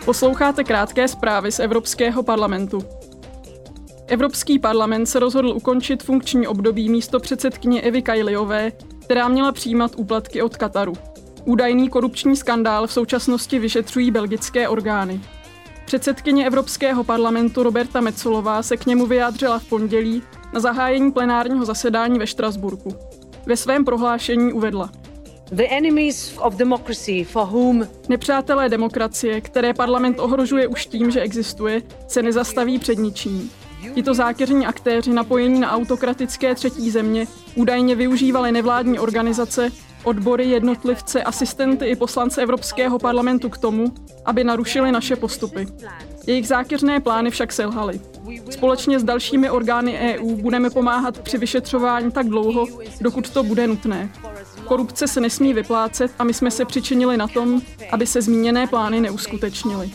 Posloucháte krátké zprávy z Evropského parlamentu. Evropský parlament se rozhodl ukončit funkční období místopředsedkyně Evy Kailiové, která měla přijímat úplatky od Kataru. Údajný korupční skandál v současnosti vyšetřují belgické orgány. Předsedkyně Evropského parlamentu Roberta Metsolová se k němu vyjádřila v pondělí na zahájení plenárního zasedání ve Štrasburku. Ve svém prohlášení uvedla: The enemies of democracy for whom nepřátelé demokracie, které parlament ohrožuje už tím, že existuje, se nezastaví před ničím. Tito zákeřní aktéři napojení na autokratické třetí země údajně využívali nevládní organizace, odbory, jednotlivce, asistenty i poslance Evropského parlamentu k tomu, aby narušili naše postupy. Jejich zákeřné plány však selhaly. Společně s dalšími orgány EU budeme pomáhat při vyšetřování tak dlouho, dokud to bude nutné. Korupce se nesmí vyplácet a my jsme se přičinili na tom, aby se zmíněné plány neuskutečnily.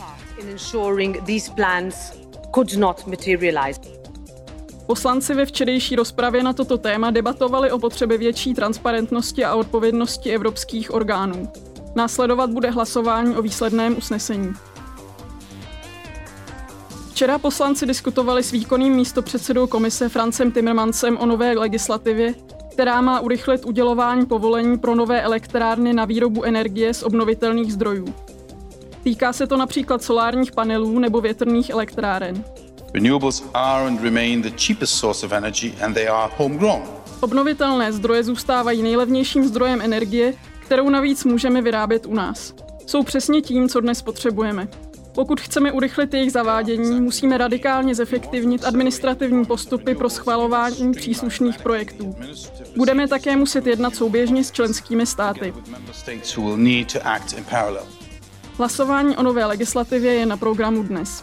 Poslanci ve včerejší rozpravě na toto téma debatovali o potřebě větší transparentnosti a odpovědnosti evropských orgánů. Následovat bude hlasování o výsledném usnesení. Včera poslanci diskutovali s výkonným místopředsedou komise Francem Timmermansem o nové legislativě, která má urychlit udělování povolení pro nové elektrárny na výrobu energie z obnovitelných zdrojů. Týká se to například solárních panelů nebo větrných elektráren. Renewables are and remain the cheapest source of energy and they are homegrown. Obnovitelné zdroje zůstávají nejlevnějším zdrojem energie, kterou navíc můžeme vyrábět u nás. Jsou přesně tím, co dnes potřebujeme. Pokud chceme urychlit jejich zavádění, musíme radikálně zefektivnit administrativní postupy pro schvalování příslušných projektů. Budeme také muset jednat souběžně s členskými státy. Hlasování o nové legislativě je na programu dnes.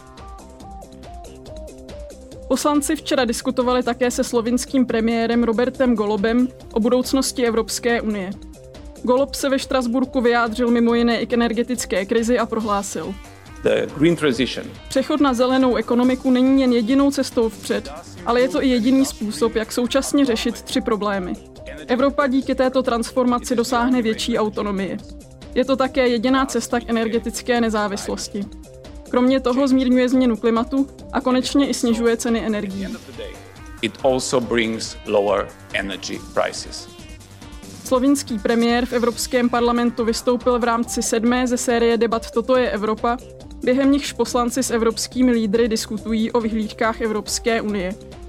Poslanci včera diskutovali také se slovinským premiérem Robertem Golobem o budoucnosti Evropské unie. Golob se ve Štrasburku vyjádřil mimo jiné i k energetické krizi a prohlásil: přechod na zelenou ekonomiku není jen jedinou cestou vpřed, ale je to i jediný způsob, jak současně řešit 3 problémy. Evropa díky této transformaci dosáhne větší autonomie. Je to také jediná cesta k energetické nezávislosti. Kromě toho zmírňuje změnu klimatu a konečně i snižuje ceny energií. Slovinský premiér v Evropském parlamentu vystoupil v rámci 7. ze série debat Toto je Evropa, během nichž poslanci s evropskými lídry diskutují o vyhlídkách Evropské unie.